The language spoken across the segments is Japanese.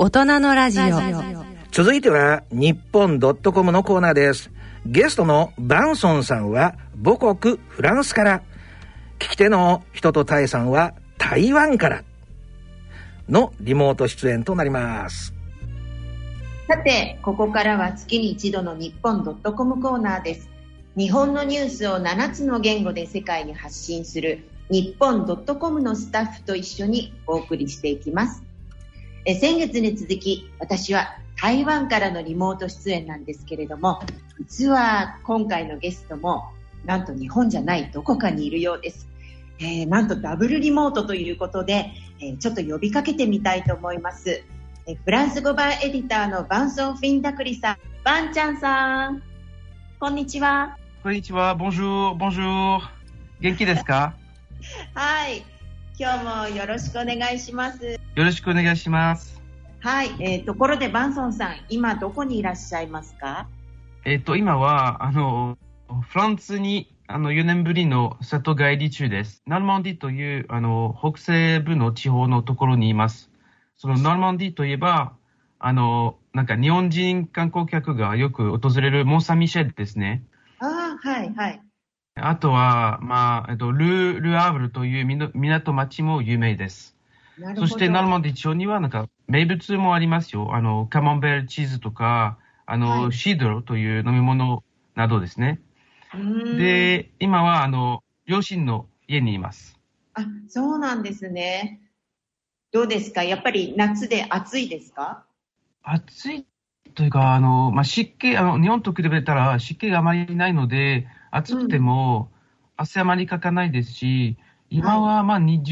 大人のラジオ。 続いては日本 .com のコーナーです。ゲストのバンソンさんは母国フランスから、聞き手の人とタイさんは台湾からのリモート出演となります。 さて、ここからは月に一度の日本 .com コーナーです。日本のニュースを7つの言語で世界に発信する日本 .com のスタッフと一緒にお送りしていきます。先月に続き、私は台湾からのリモート出演なんですけれども、実は今回のゲストもなんと日本じゃないどこかにいるようです。なんとダブルリモートということで、ちょっと呼びかけてみたいと思います。フランス語版エディターのバンソン・フィンダクリさん、バンちゃんさん、こんにちは。 こんにちは、ボンジュー、ボンジュー。元気ですか？ はい、今日もよろしくお願いします。 よろしくお願いします。 はい、ところでバンソンさん、今どこにいらっしゃいますか？ 今はフランスに4年ぶりの里帰り中です。ナルマンディという北西部の地方のところにいます。そのナルマンディといえばなんか日本人観光客がよく訪れるモンサンミシェルですね。 ああ、はいはい。 あとはルアーブルという港町も有名です。そしてナルマンディ地方にはなんか名物もありますよ。カマンベールチーズとかはい、シードロという飲み物などですね。で、今は両親の家にいます。 あ、そうなんですね。どうですか？やっぱり夏で暑いですか？ 暑いというか湿気日本と比べたら湿気があまりないので、暑くても汗あまりかかないですし、今は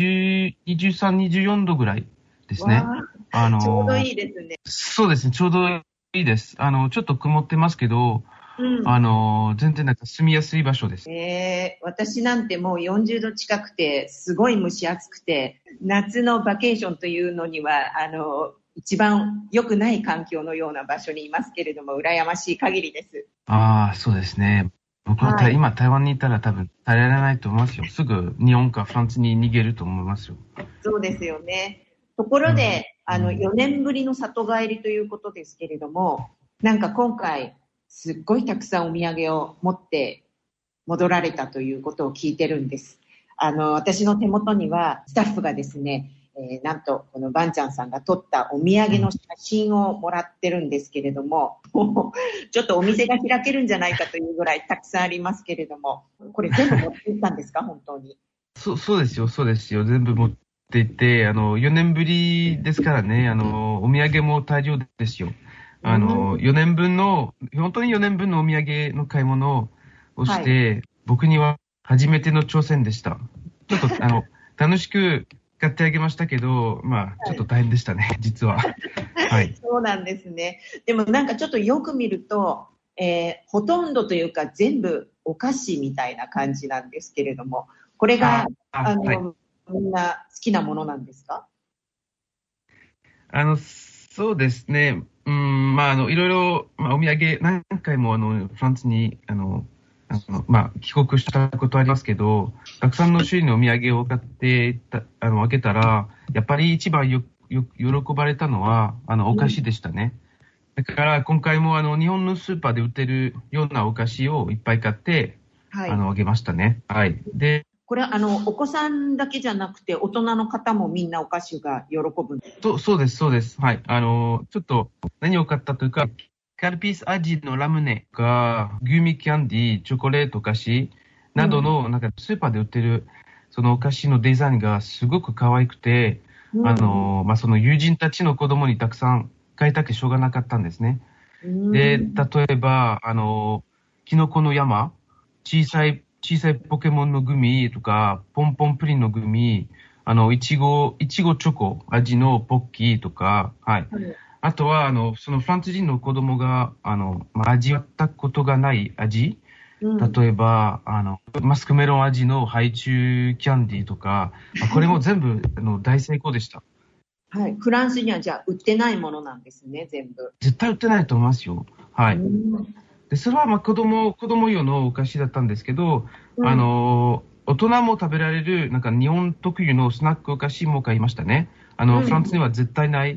23、24度ぐらいですね。 ちょうどいいですね。 そうですね、ちょうどいいです。ちょっと曇ってますけど、全然なんか住みやすい場所です。 私なんてもう40度近くて、すごい蒸し暑くて、夏のバケーションというのには、一番良くない環境のような場所にいますけれども、羨ましい限りです。 ああ、そうですね。僕は、はい、今台湾にいたら多分耐えられないと思いますよ。すぐ日本かフランスに逃げると思いますよ。 そうですよね。ところで、4年ぶりの里帰りということですけれども、なんか今回、すっごいたくさんお土産を持って戻られたということを聞いてるんです。私の手元にはスタッフがですね、なんとこのバンちゃんさんが撮ったお土産の写真をもらってるんですけれども、ちょっとお店が開けるんじゃないかというぐらいたくさんありますけれども、これ全部持っていったんですか？本当に。 そうですよ。全部持っていて、4年ぶりですからね、お土産も大量ですよ。4年分の、本当に4年分のお土産の買い物をして、はい、僕には初めての挑戦でした。ちょっと、楽しく買ってあげましたけど、ちょっと大変でしたね、実は。はい。 そうなんですね。でもなんかちょっとよく見ると、ほとんどというか全部お菓子みたいな感じなんですけれども、これが、はい、みんな好きなものなんですか？ そうですね。いろいろ、お土産、何回もフランスに、帰国したことありますけど、たくさんの種類のお土産を買って開けたら、やっぱり一番喜ばれたのは、お菓子でしたね。だから今回も日本のスーパーで売ってるようなお菓子をいっぱい買って、はい、あげましたね。はい。で、 これはお子さんだけじゃなくて大人の方もみんなお菓子が喜ぶんですか？ そうです。はい。ちょっと何を買ったというか、カルピス味のラムネが、グミキャンディー、チョコレート菓子などの、なんかスーパーで売ってる、そのお菓子のデザインがすごく可愛くて、その友人たちの子供にたくさん買いたくてしょうがなかったんですね。で、例えば、キノコの山、小さいポケモンのグミとか、ポンポンプリンのグミ、いちごチョコ味のポッキーとか、はい。あとは、そのフランス人の子供が、味わったことがない味、例えば、マスクメロン味のハイチュウキャンディーとか、これも全部、大成功でした。 はい。フランスにはじゃあ売ってないものなんですね、全部。 絶対売ってないと思いますよ。はい。で、それは子供用のお菓子だったんですけど、大人も食べられる、なんか日本特有のスナックお菓子も買いましたね。フランスには絶対ない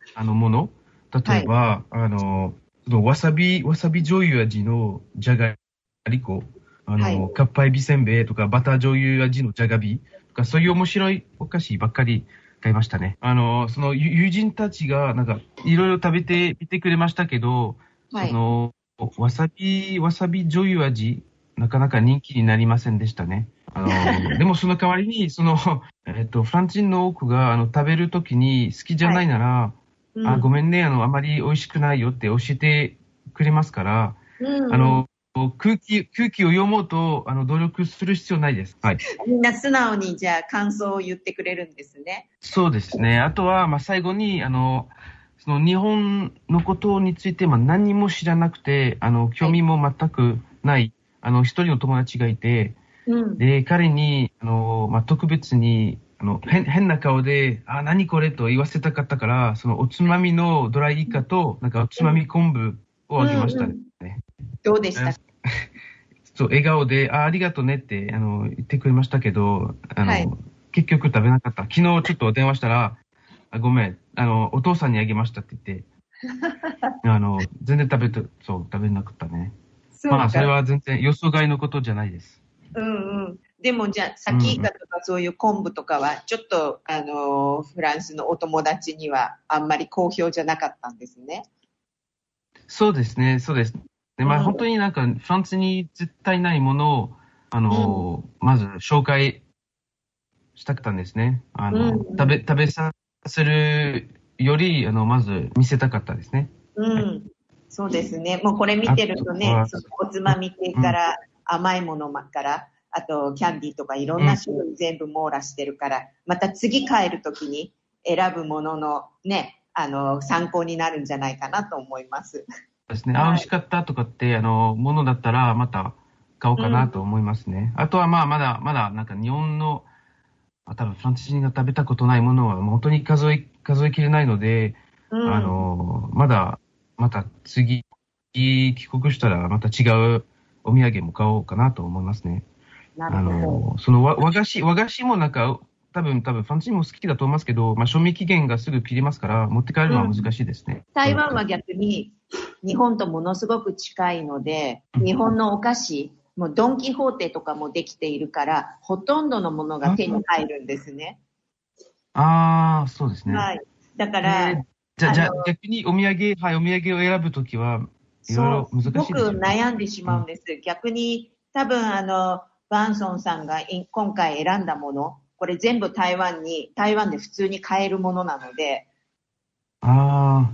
もの。例えば、そのわさび醤油味のじゃがりこ、かっぱえびせんべいとか、バター醤油味のじゃがびとか、そういう面白いお菓子ばっかり買いましたね。その友人たちが、なんか、いろいろ食べてみてくれましたけど、その、わさび醤油味、なかなか人気になりませんでしたね。でもその代わりに、フランチ人の多くが、食べるときに好きじゃないなら、ごめんね、あまり美味しくないよって教えてくれますから、空気を読もうと、努力する必要ないです。はい。 みんな素直に、じゃあ、感想を言ってくれるんですね。 そうですね。あとは、最後に、その日本のことについて、何も知らなくて、興味も全くない、一人の友達がいて、で、彼に、特別に、変な顔で、何これと言わせたかったから、そのおつまみのドライイカと、なんかおつまみ昆布をあげましたね。 どうでした？ そう、笑顔で、ありがとうねって、言ってくれましたけど、結局食べなかった。昨日ちょっと電話したら、ごめん、お父さんにあげましたって言って、全然食べなかったね。それは全然予想外のことじゃないです。 でもじゃあ、サキイカとかそういう昆布とかは、ちょっと、フランスのお友達にはあんまり好評じゃなかったんですね。 そうですね。で、本当になんか、フランスに絶対ないものを、まず紹介したかったんですね。食べさせるより、まず見せたかったですね。 そうですね。もうこれ見てるとね、そのおつまみ系から甘いものから、あとキャンディーとかいろんな種類全部網羅してるから、また次帰るときに選ぶもののね、参考になるんじゃないかなと思います。 ですね。美味しかったとかって、ものだったらまた買おうかなと思いますね。あとはまだなんか日本の、多分フランス人が食べたことないものは本当に数えきれないので、また次帰国したらまた違うお土産も買おうかなと思いますね。 なるほど。 その和菓子もなんか、多分フランス人も好きだと思いますけど、賞味期限がすぐ切れますから、持って帰るのは難しいですね。 台湾は逆に日本とものすごく近いので、日本のお菓子、もうドンキホーテとかもできているから、ほとんどのものが手に入るんですね。 そうですね。 はい。だから、 じゃあ逆にお土産を選ぶときは、いろいろ難しいですよね。 すごく悩んでしまうんです。逆に、多分バンソンさんが今回選んだもの、これ全部台湾で普通に買えるものなので。はい。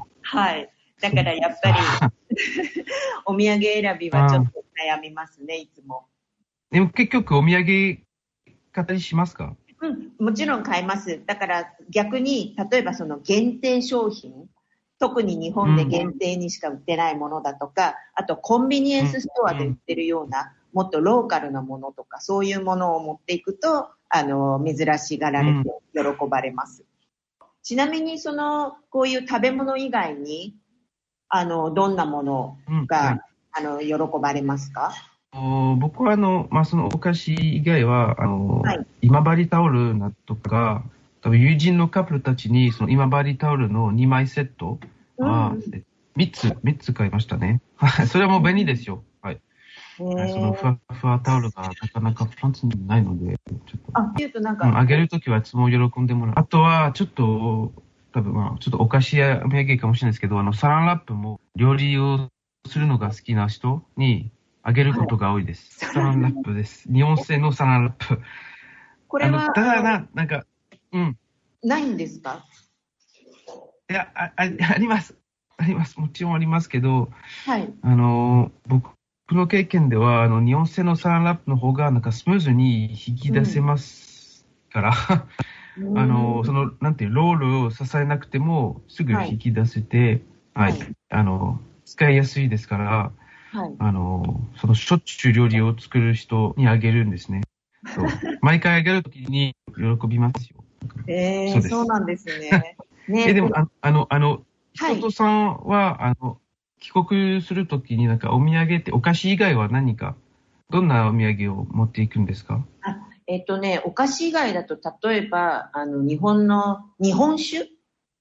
だからやっぱり、お土産選びはちょっと悩みますね、いつも。 でも結局お土産買ったりしますか？ もちろん買います。だから逆に、例えばその限定商品、特に日本で限定にしか売ってないものだとか、あとコンビニエンスストアで売ってるような、もっとローカルなものとか、そういうものを持っていくと、珍しがられて喜ばれます。ちなみに、こういう食べ物以外に、どんなものが、喜ばれますか？ 僕はそのお菓子以外は、今治タオルとか、多分友人のカップルたちに、その今治タオルの2枚セットは、3つ買いましたね。それはもう便利ですよ。はい。そのふわふわタオルがなかなかフランスにないので、ちょっと、あげるときはいつも喜んでもらう。あとは、ちょっと、多分ちょっとお菓子やお土産かもしれないですけど、サランラップも料理をするのが好きな人にあげることが多いです。サランラップです。日本製のサランラップ。 これは、 ただなんか、 ないんですか？ いや、あります。もちろんありますけど、 はい。 僕の経験では、日本製のサランラップの方が、なんかスムーズに引き出せますから、なんていう、ロールを支えなくても、すぐ引き出せて、使いやすいですから、しょっちゅう料理を作る人にあげるんですね。毎回あげるときに喜びますよ。 そうなんですね。 でも、佐藤さんは、帰国するときになんかお土産ってお菓子以外は何か、どんなお土産を持っていくんですか？ お菓子以外だと、例えば、日本酒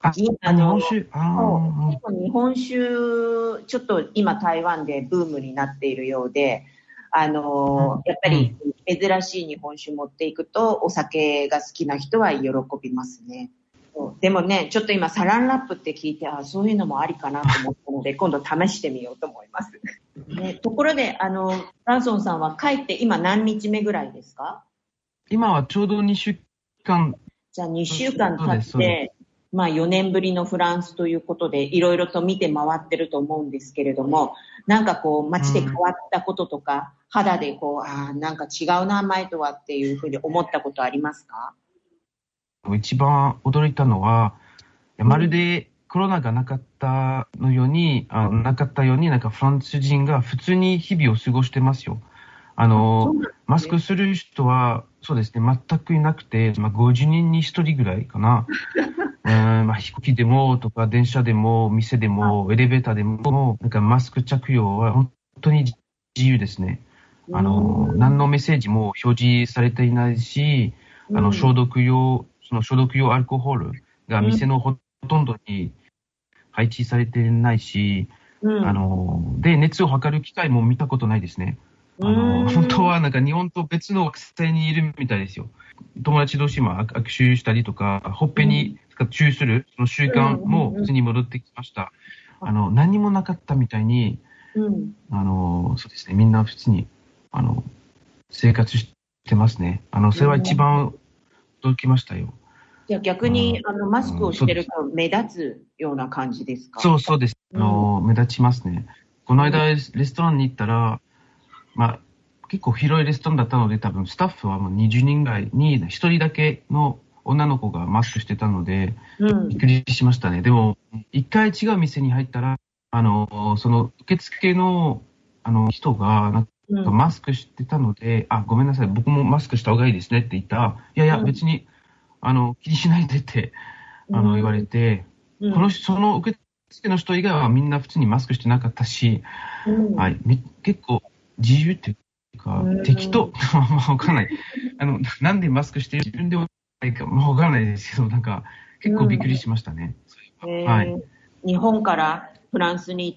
日本酒。 日本酒、ちょっと今台湾でブームになっているようで、やっぱり珍しい日本酒持っていくと、お酒が好きな人は喜びますね。でもね、ちょっと今サランラップって聞いて、そういうのもありかなと思ったので、今度試してみようと思います。ね、ところで、ランソンさんは帰って今何日目ぐらいですか？ 今はちょうど2週間。 じゃあ2週間経って、まあ4年ぶりのフランスということで、いろいろと見て回ってると思うんですけれども、なんかこう街で変わったこととか、肌でこう、なんか違うな、前とはっていうふうに思ったことありますか？ 一番驚いたのは、まるでコロナがなかったように、なんかフランス人が普通に日々を過ごしてますよ。マスクする人は、そうですね、全くいなくて、50人に1人ぐらいかな。飛行機でもとか、電車でも、店でも、エレベーターでも、なんかマスク着用は本当に自由ですね。何のメッセージも表示されていないし、消毒用アルコールが店のほとんどに配置されてないし、で、熱を測る機械も見たことないですね。本当はなんか日本と別の惑星にいるみたいですよ。友達同士も握手したりとか、ほっぺにチューするその習慣も普通に戻ってきました。何もなかったみたいに、そうですね、みんな普通に、生活してますね。それは一番驚きましたよ。 じゃあ逆に、マスクをしてると目立つような感じですか？ そうです。目立ちますね。この間、レストランに行ったら、結構広いレストランだったので、多分スタッフはもう20人ぐらいに1人だけの女の子がマスクしてたので、びっくりしましたね。でも、一回違う店に入ったら、その受付の、人が、なんかマスクしてたので、ごめんなさい、僕もマスクした方がいいですねって言ったら、いや、別に、気にしないでって、言われて、その受付の人以外はみんな普通にマスクしてなかったし、結構自由っていうか、適当、わかんない。なんでマスクしてる自分ではないか、わかんないですけど、なんか、結構びっくりしましたね。 日本からフランスに行って、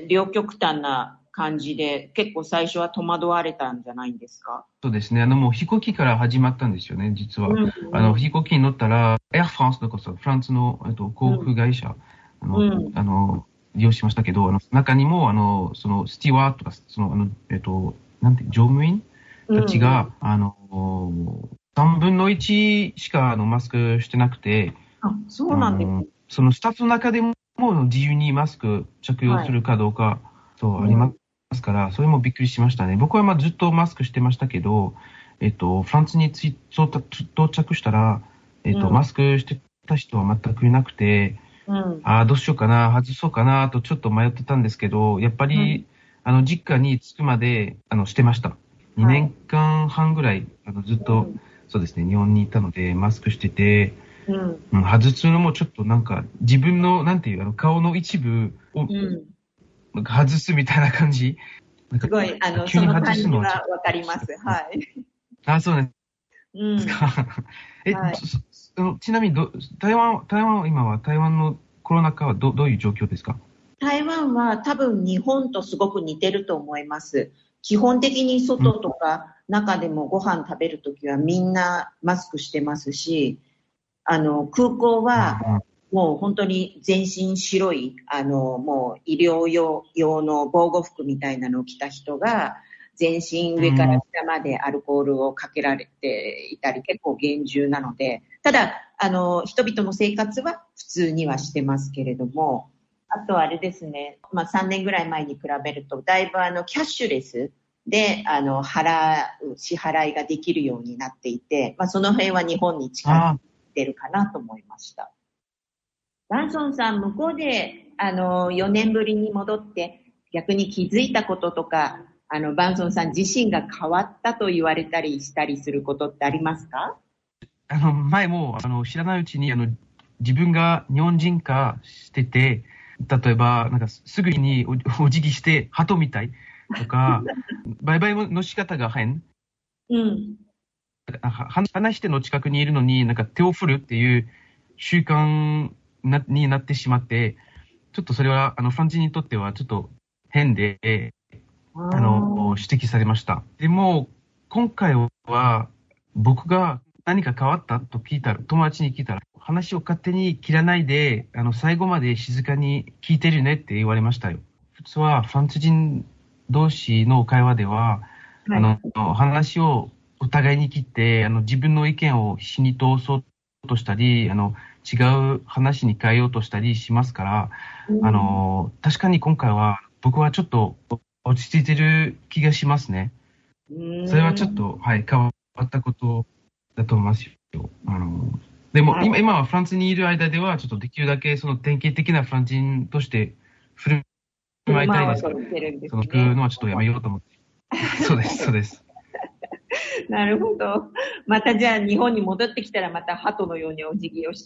両極端な感じで、結構最初は戸惑われたんじゃないんですか？ そうですね。もう飛行機から始まったんですよね、実は。飛行機に乗ったら、エアフランスとかフランスの航空会社、利用しましたけど、中にも、そのスティワードとか、なんて、乗務員たちが、3分の1しかマスクしてなくて、 そうなんですね。 そのスタッフの中でも自由にマスク着用するかどうか、ありますから、それもびっくりしましたね。僕はずっとマスクしてましたけど、フランスに到着したら、マスクしてた人は全くいなくて、どうしようかな、外そうかなとちょっと迷ってたんですけど、やっぱり、実家に着くまで、してました。2年間半ぐらい、ずっと、そうですね、日本にいたので、マスクしてて、外すのもちょっとなんか、自分の、なんていう、顔の一部を、外すみたいな感じ。 すごい、その感じはわかります。はい。 そうね。ちなみに台湾のコロナ禍はどういう状況ですか？ 台湾は多分日本とすごく似てると思います。基本的に外とか中でもご飯食べるときはみんなマスクしてますし、空港はもう本当に全身白い、もう医療用の防護服みたいなのを着た人が、全身上から下までアルコールをかけられていたり、結構厳重なので、ただ、人々の生活は普通にはしてますけれども、あとあれですね、3年ぐらい前に比べると、だいぶキャッシュレスで、支払いができるようになっていて、その辺は日本に近づいてるかなと思いました。バンソンさん、向こうで、4年ぶりに戻って、逆に気づいたこととか、バンソンさん自身が変わったと言われたりしたりすることってありますか？ 前も、知らないうちに、自分が日本人化してて、例えば、なんかすぐにお辞儀して、鳩みたいとか、バイバイの仕方が変。話しての近くにいるのに、なんか手を振るっていう習慣になってしまって、ちょっとそれは、フランス人にとってはちょっと変で、指摘されました。でも、今回は、僕が何か変わったと友達に聞いたら、話を勝手に切らないで、最後まで静かに聞いてるねって言われましたよ。普通は、フランス人同士の会話では、話をお互いに切って、自分の意見を死に通そうとしたり、違う話に変えようとしたりしますから、確かに今回は僕はちょっと落ち着いてる気がしますね。それはちょっと、変わったことだと思いますよ。でも、今はフランスにいる間では、ちょっとできるだけその典型的なフランス人として振る舞いたいですから、その聞くのはちょっとやめようと思って。そうです、そうです。 なるほど。またじゃあ日本に戻ってきたらまた鳩のようにお辞儀をして、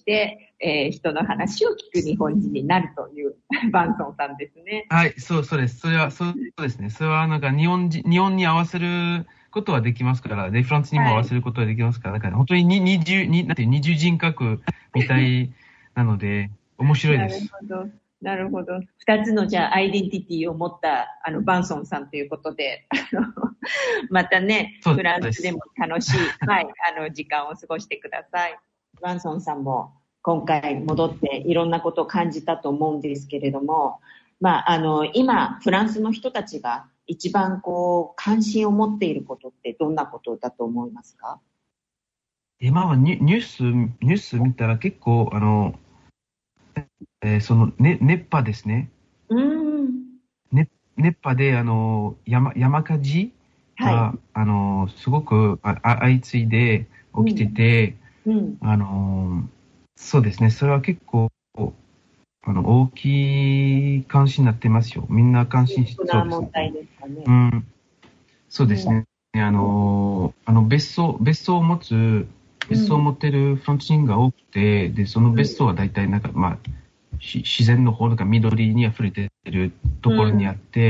人の話を聞く日本人になるというバンソンさんですね。 はい、そうです。それは、そうですね。それはなんか日本に合わせることはできますから、で、フランスにも合わせることはできますから、なんか本当に二重人格みたいなので、面白いです。 なるほど。二つのじゃあアイデンティティを持ったバンソンさんということで、またね、フランスでも楽しい、時間を過ごしてください。バンソンさんも今回戻っていろんなことを感じたと思うんですけれども、今、フランスの人たちが一番関心を持っていることってどんなことだと思いますか？ 今はニュース見たら結構、その熱波ですね。熱波で山火事が、すごく相次いで起きてて、そうですね。それは結構大きい関心になってますよ。みんな関心してそうですね。そうですね。別荘を持ってるフランス人が多くて、で、その別荘は大体なんか、自然の方とか緑に溢れているところにあって、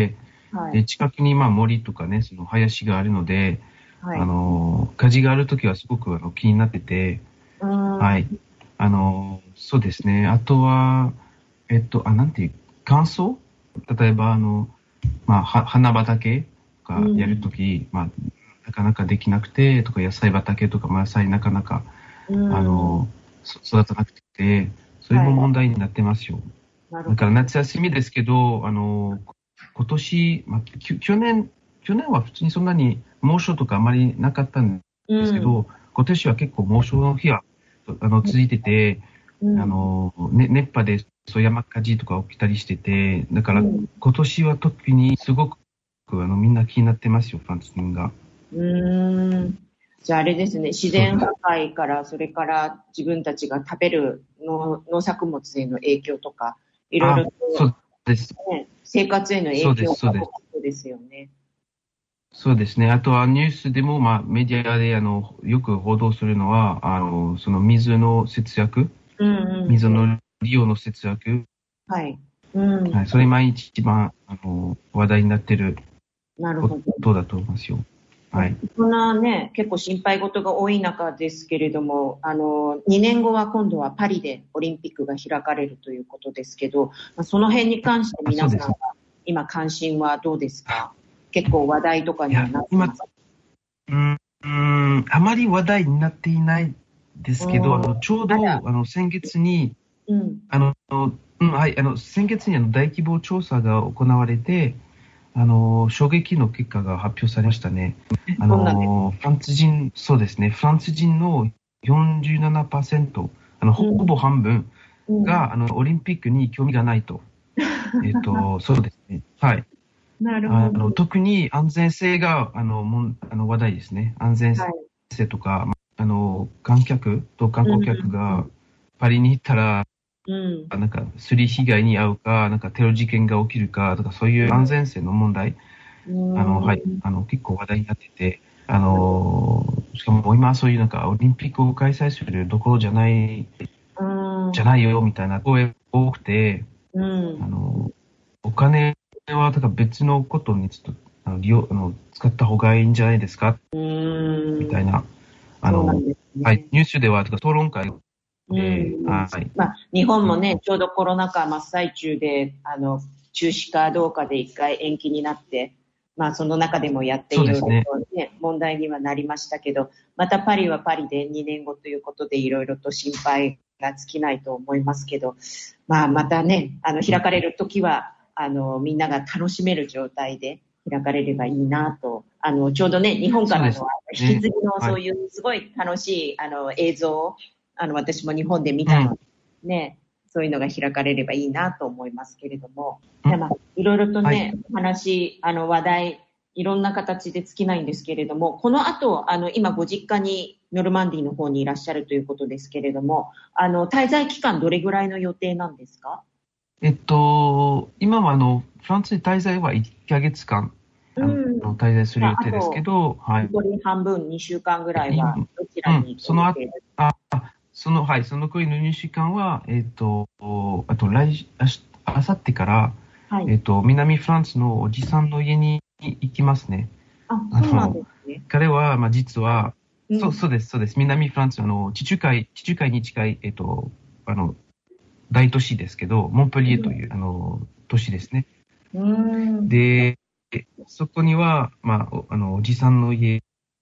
で、近くに森とかね、その林があるので、火事があるときはすごく気になってて、そうですね。あとは、なんていう、乾燥？例えば、花畑とかやるとき、なかなかできなくて、とか野菜畑とか野菜なかなか、育たなくて、それも問題になってますよ。だから夏休みですけど、今年、去年は普通にそんなに猛暑とかあまりなかったんですけど、今年は結構猛暑の日は続いてて、熱波で山火事とか起きたりしてて、だから今年は特にすごくみんな気になってますよ、フランス人が。 じゃああれですね、自然破壊から、それから自分たちが食べる農作物への影響とか、いろいろと、 そうです、 生活への影響がそうですよね。 そうですね。あとはニュースでも、メディアでよく報道するのは、その水の節約、水の利用の節約。それ毎日一番話題になっていることだと思いますよ。 そんなね、結構心配事が多い中ですけれども、2年後は今度はパリでオリンピックが開かれるということですけど、その辺に関して皆さんは今関心はどうですか？結構話題とかにはなってますか？ あまり話題になっていないですけど、ちょうど先月に、先月に大規模調査が行われて、衝撃の結果が発表されましたね。フランス人の 47%、ほぼ半分が、オリンピックに興味がないと。そうですね。 なるほど。 特に安全性が、話題ですね。安全性とか、観光客がパリに行ったら、なんか、スリ被害に遭うか、なんかテロ事件が起きるか、とか、そういう安全性の問題、結構話題になってて、しかも今そういうなんか、オリンピックを開催するどころじゃないよ、みたいな声多くて、お金は、だから別のことにちょっと、使った方がいいんじゃないですか、みたいな、ニュースでは、討論会はい。 日本もね、ちょうどコロナ禍真っ最中で、中止かどうかで一回延期になって、その中でもやっていろいろとね、問題にはなりましたけど、またパリはパリで2年後ということでいろいろと心配が尽きないと思いますけど、またね、開かれるときは、みんなが楽しめる状態で開かれればいいなと、ちょうどね、日本からの引き継ぎのそういうすごい楽しい、映像を、私も日本で見たので、ね、そういうのが開かれればいいなと思いますけれども、いろいろとね、話、話題、いろんな形で尽きないんですけれども、この後、今ご実家にノルマンディーの方にいらっしゃるということですけれども、滞在期間どれぐらいの予定なんですか？ 今はフランスに滞在は1ヶ月間、滞在する予定ですけど、 残り半分、2週間ぐらいはどちらにその後、その残りの2週間は、あさってから、南フランスのおじさんの家に行きますね。 そうなんですね。 彼は、実は、そうです。南フランス、地中海に近い、大都市ですけど、モンペリエという、都市ですね。で、そこには、おじさんの家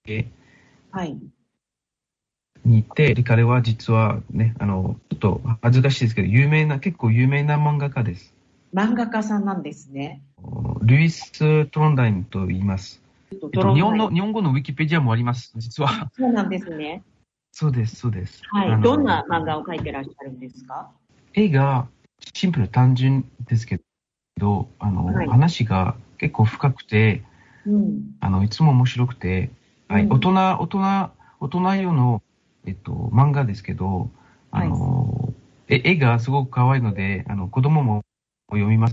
にいて、で、彼は実はね、ちょっと恥ずかしいですけど、結構有名な漫画家です。 漫画家さんなんですね。 ルイス・トロンダインと言います。日本語のウィキペディアもあります、実は。 そうなんですね。 そうです。 はい。どんな漫画を描いてらっしゃるんですか？ 絵がシンプル単純ですけど、話が結構深くて、いつも面白くて、大人用の、漫画ですけど、絵がすごく可愛いので、子供も読みます。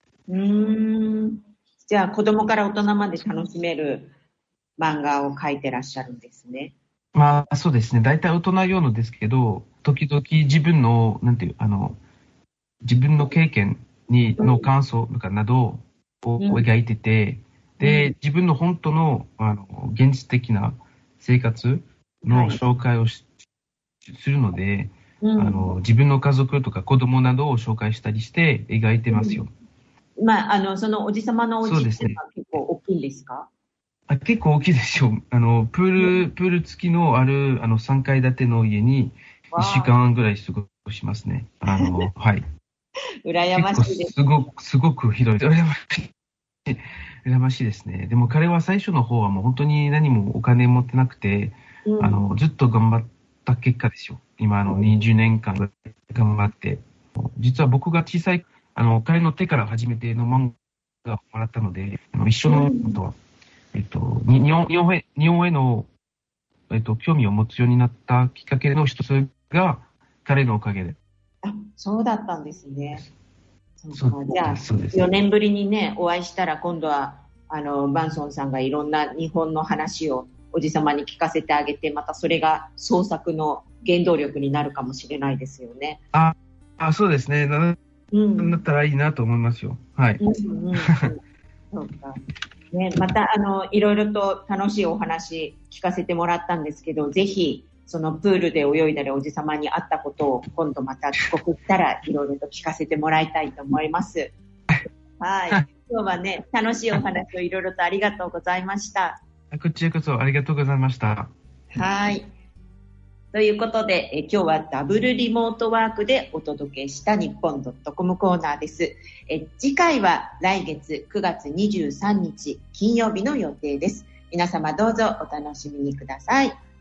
じゃあ、子供から大人まで楽しめる漫画を描いてらっしゃるんですね。 そうですね。大体大人用のですけど、時々自分の、自分の経験の感想などを描いてて、で、自分の本当の、現実的な生活の紹介をするので、自分の家族とか子供などを紹介したりして描いてますよ。 そのおじさまのお家って結構大きいんですか？ 結構大きいですよ。プール付きのある3階建ての家に1週間ぐらい過ごしますね。はい。 羨ましいです。 すごく広い。羨ましいですね。でも彼は最初の方はもう本当に何もお金持ってなくて、ずっと頑張った結果ですよ。今20年間頑張って。実は僕が小さい、彼の手から初めての漫画をもらったので、一緒のことは、日本への、興味を持つようになったきっかけの一つが彼のおかげで。 そうだったんですね。じゃあ、4年ぶりにね、お会いしたら今度は、バンソンさんがいろんな日本の話をおじさまに聞かせてあげて、またそれが創作の原動力になるかもしれないですよね。 そうですね。だったらいいなと思いますよ。はい。 そうか。ね、また、いろいろと楽しいお話聞かせてもらったんですけど、ぜひ、そのプールで泳いだりおじさまに会ったことを今度また帰国したらいろいろと聞かせてもらいたいと思います。はい。今日はね、楽しいお話をいろいろとありがとうございました。 こちらこそありがとうございました。 はい。ということで、今日はダブルリモートワークでお届けした日本.comコーナーです。次回は来月9月23日金曜日の予定です。皆様どうぞお楽しみにください。